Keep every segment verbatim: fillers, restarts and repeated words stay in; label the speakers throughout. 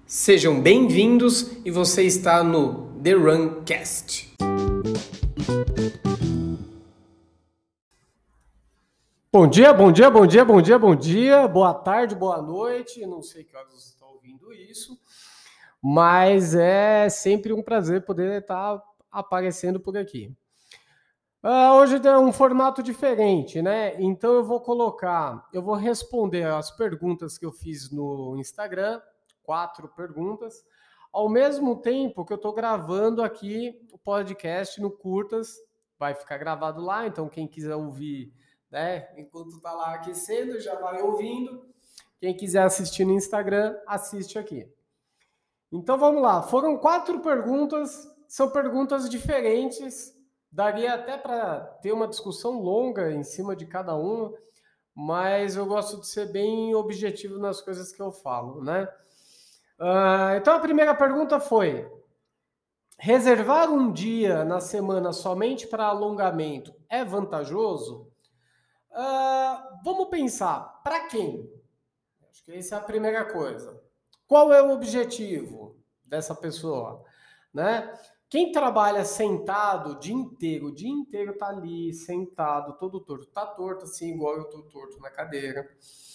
Speaker 1: Sejam bem-vindos e você está no The Runcast. Bom dia, bom dia, bom dia, bom dia, bom dia, boa tarde, boa noite, não sei que horas você está ouvindo isso, mas é sempre um prazer poder estar aparecendo por aqui. Uh, hoje é um formato diferente, né? Então eu vou colocar, eu vou responder as perguntas que eu fiz no Instagram, quatro perguntas, ao mesmo tempo que eu estou gravando aqui o podcast no Curtas, vai ficar gravado lá, então quem quiser ouvir, né, enquanto está lá aquecendo, já vai ouvindo. Quem quiser assistir no Instagram, assiste aqui. Então vamos lá, foram quatro perguntas, são perguntas diferentes. Daria até para ter uma discussão longa em cima de cada uma, mas eu gosto de ser bem objetivo nas coisas que eu falo, né? Uh, então a primeira pergunta foi: reservar um dia na semana somente para alongamento é vantajoso? Uh, vamos pensar, para quem? Acho que essa é a primeira coisa. Qual é o objetivo dessa pessoa, né? Quem trabalha sentado o dia inteiro, o dia inteiro tá ali, sentado, todo torto. Tá torto assim, igual eu tô torto na cadeira.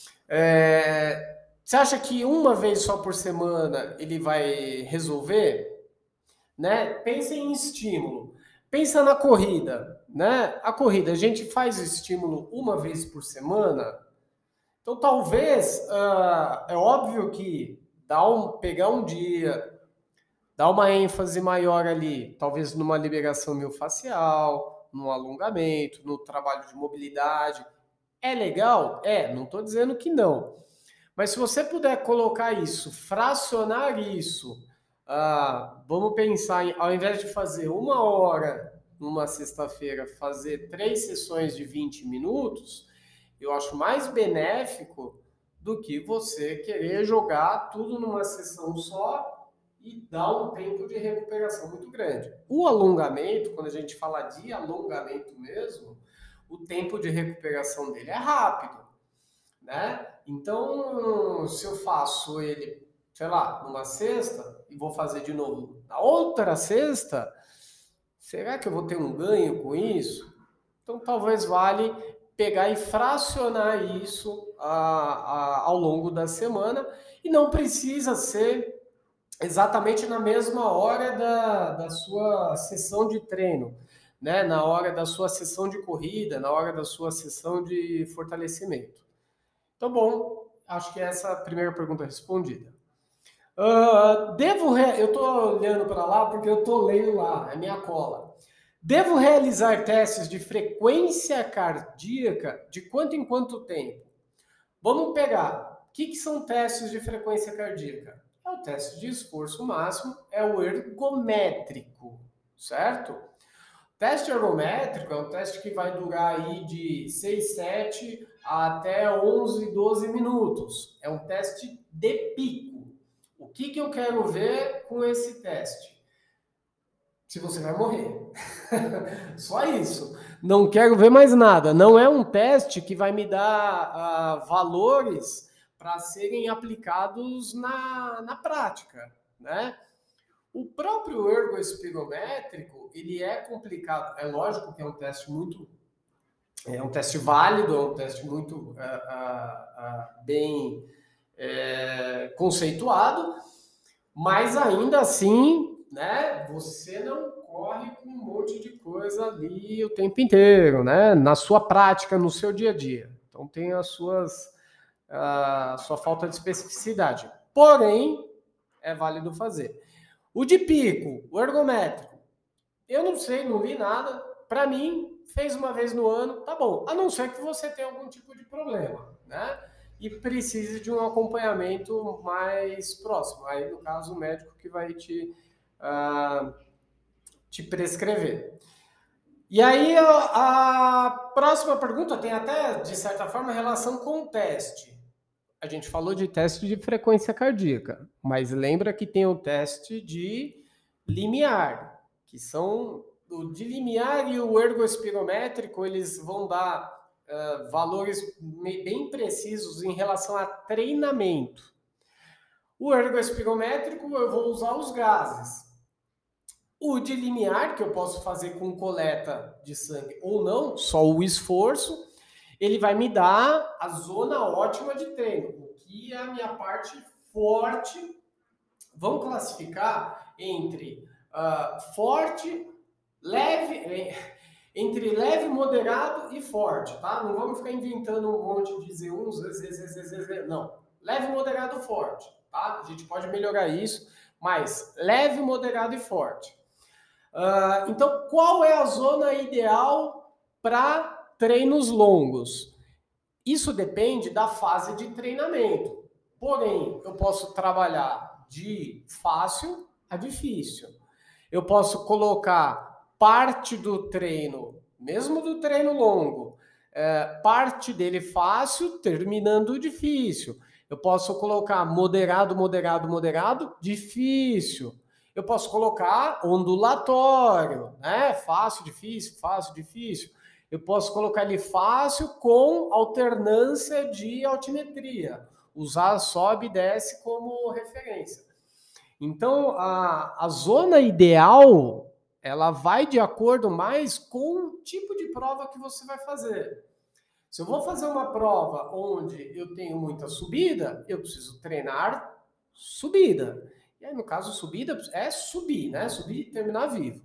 Speaker 1: É... Você acha que uma vez só por semana ele vai resolver? Né? Pensa em estímulo. Pensa na corrida, né? A corrida, a gente faz estímulo uma vez por semana. Então, talvez, uh, é óbvio que dar um, pegar um dia, dar uma ênfase maior ali, talvez numa liberação miofascial, no alongamento, no trabalho de mobilidade. É legal? É, não estou dizendo que não. Mas se você puder colocar isso, fracionar isso, ah, vamos pensar em, ao invés de fazer uma hora numa sexta-feira, fazer três sessões de vinte minutos, eu acho mais benéfico do que você querer jogar tudo numa sessão só e dar um tempo de recuperação muito grande. O alongamento, quando a gente fala de alongamento mesmo, o tempo de recuperação dele é rápido, né? Então, se eu faço ele, sei lá, numa sexta e vou fazer de novo na outra sexta, será que eu vou ter um ganho com isso? Então, talvez vale pegar e fracionar isso a, a, ao longo da semana e não precisa ser exatamente na mesma hora da, da sua sessão de treino, né? Na hora da sua sessão de corrida, na hora da sua sessão de fortalecimento. Então, bom, acho que essa é a primeira pergunta respondida. Uh, devo re... Eu estou olhando para lá porque eu estou lendo lá, é minha cola. Devo realizar testes de frequência cardíaca de quanto em quanto tempo? Vamos pegar. O que, que são testes de frequência cardíaca? É o teste de esforço máximo, é o ergométrico, certo? O teste ergométrico é um teste que vai durar aí de seis, sete até onze, doze minutos. É um teste de pico. O que, que eu quero ver com esse teste? Se você vai morrer. Só isso. Não quero ver mais nada. Não é um teste que vai me dar uh, valores para serem aplicados na, na prática, né? O próprio ergoespirométrico, ele é complicado. É lógico que é um teste muito... É um teste válido, é um teste muito uh, uh, uh, bem uh, conceituado, mas ainda assim, né, você não corre com um monte de coisa ali o tempo inteiro, né? Na sua prática, no seu dia a dia. Então tem as suas a sua falta de especificidade. Porém, é válido fazer. O de pico, o ergométrico, eu não sei, não li nada. Para mim, fez uma vez no ano, tá bom. A não ser que você tenha algum tipo de problema, né? E precise de um acompanhamento mais próximo. Aí, no caso, o médico que vai te, uh, te prescrever. E aí, a, a próxima pergunta tem até, de certa forma, relação com o teste. A gente falou de teste de frequência cardíaca, mas lembra que tem o teste de limiar, que são o de limiar e o ergoespirométrico, eles vão dar uh, valores bem precisos em relação a treinamento. O ergospirométrico eu vou usar os gases. O de limiar, que eu posso fazer com coleta de sangue ou não, só o esforço, ele vai me dar a zona ótima de treino, o que é a minha parte forte. Vamos classificar entre uh, forte, leve, entre leve, moderado e forte, tá? Não vamos ficar inventando um monte de Z um, Z, Z, Z, Z, Z, não. Leve, moderado, forte, tá? A gente pode melhorar isso, mas leve, moderado e forte. Uh, então, qual é a zona ideal para treinos longos? Isso depende da fase de treinamento. Porém, eu posso trabalhar de fácil a difícil. Eu posso colocar parte do treino, mesmo do treino longo, é, parte dele fácil, terminando difícil. Eu posso colocar moderado, moderado, moderado, difícil. Eu posso colocar ondulatório, né? Fácil, difícil, fácil, difícil. Eu posso colocar ele fácil com alternância de altimetria. Usar sobe e desce como referência. Então, a, a zona ideal, ela vai de acordo mais com o tipo de prova que você vai fazer. Se eu vou fazer uma prova onde eu tenho muita subida, eu preciso treinar subida. E aí, no caso, subida é subir, né? Subir e terminar vivo.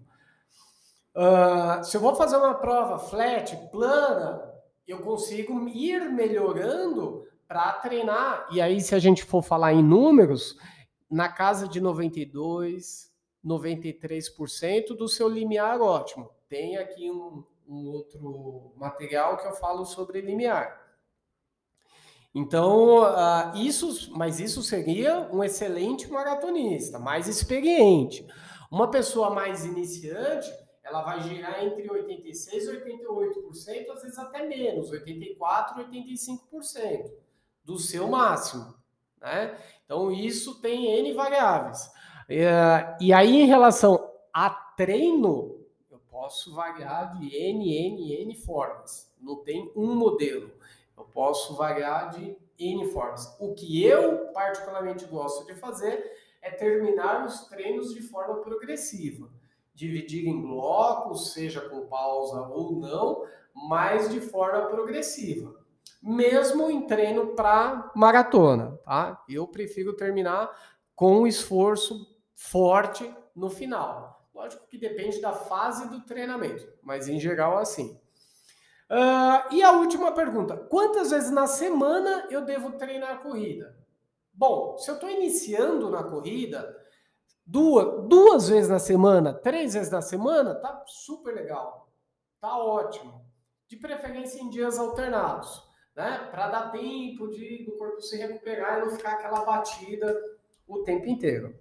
Speaker 1: Uh, se eu vou fazer uma prova flat, plana, eu consigo ir melhorando para treinar. E aí, se a gente for falar em números, na casa de noventa e dois, noventa e três por cento do seu limiar ótimo. Tem aqui um, um outro material que eu falo sobre limiar. Então, uh, isso, mas isso seria um excelente maratonista, mais experiente. Uma pessoa mais iniciante, ela vai girar entre oitenta e seis por cento e oitenta e oito por cento, às vezes até menos, oitenta e quatro por cento, oitenta e cinco por cento do seu máximo, né? Então, isso tem N variáveis. Uh, e aí, em relação a treino, eu posso variar de N, N, N formas. Não tem um modelo. Eu posso variar de N formas. O que eu particularmente gosto de fazer é terminar os treinos de forma progressiva. Dividir em blocos, seja com pausa ou não, mas de forma progressiva. Mesmo em treino para maratona, tá? Eu prefiro terminar com um esforço forte no final. Lógico que depende da fase do treinamento, mas em geral assim. Uh, e a última pergunta, quantas vezes na semana eu devo treinar a corrida? Bom, se eu estou iniciando na corrida, duas, duas vezes na semana, três vezes na semana, tá super legal, tá ótimo. De preferência em dias alternados, né? Para dar tempo de, do corpo se recuperar e não ficar aquela batida o tempo inteiro.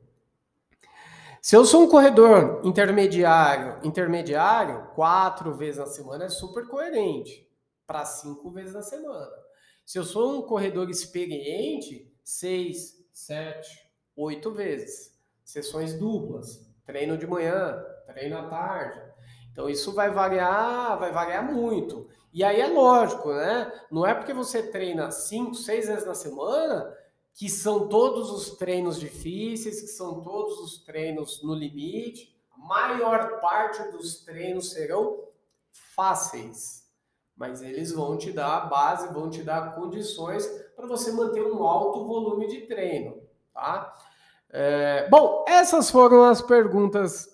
Speaker 1: Se eu sou um corredor intermediário, intermediário, quatro vezes na semana é super coerente, para cinco vezes na semana. Se eu sou um corredor experiente, seis, sete, oito vezes. Sessões duplas, treino de manhã, treino à tarde. Então isso vai variar, vai variar muito. E aí é lógico, né? Não é porque você treina cinco, seis vezes na semana que são todos os treinos difíceis, que são todos os treinos no limite. A maior parte dos treinos serão fáceis, mas eles vão te dar a base, vão te dar condições para você manter um alto volume de treino, tá? É, bom, essas foram as perguntas,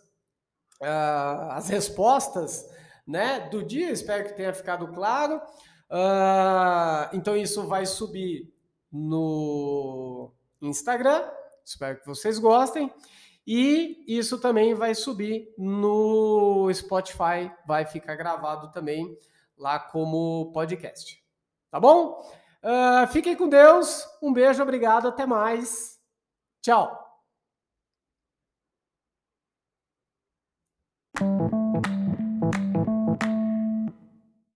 Speaker 1: uh, as respostas, né, do dia. Espero que tenha ficado claro. Uh, então isso vai subir no Instagram, espero que vocês gostem, e isso também vai subir no Spotify, vai ficar gravado também lá como podcast, tá bom? Uh, fiquem com Deus, um beijo, obrigado, até mais, tchau!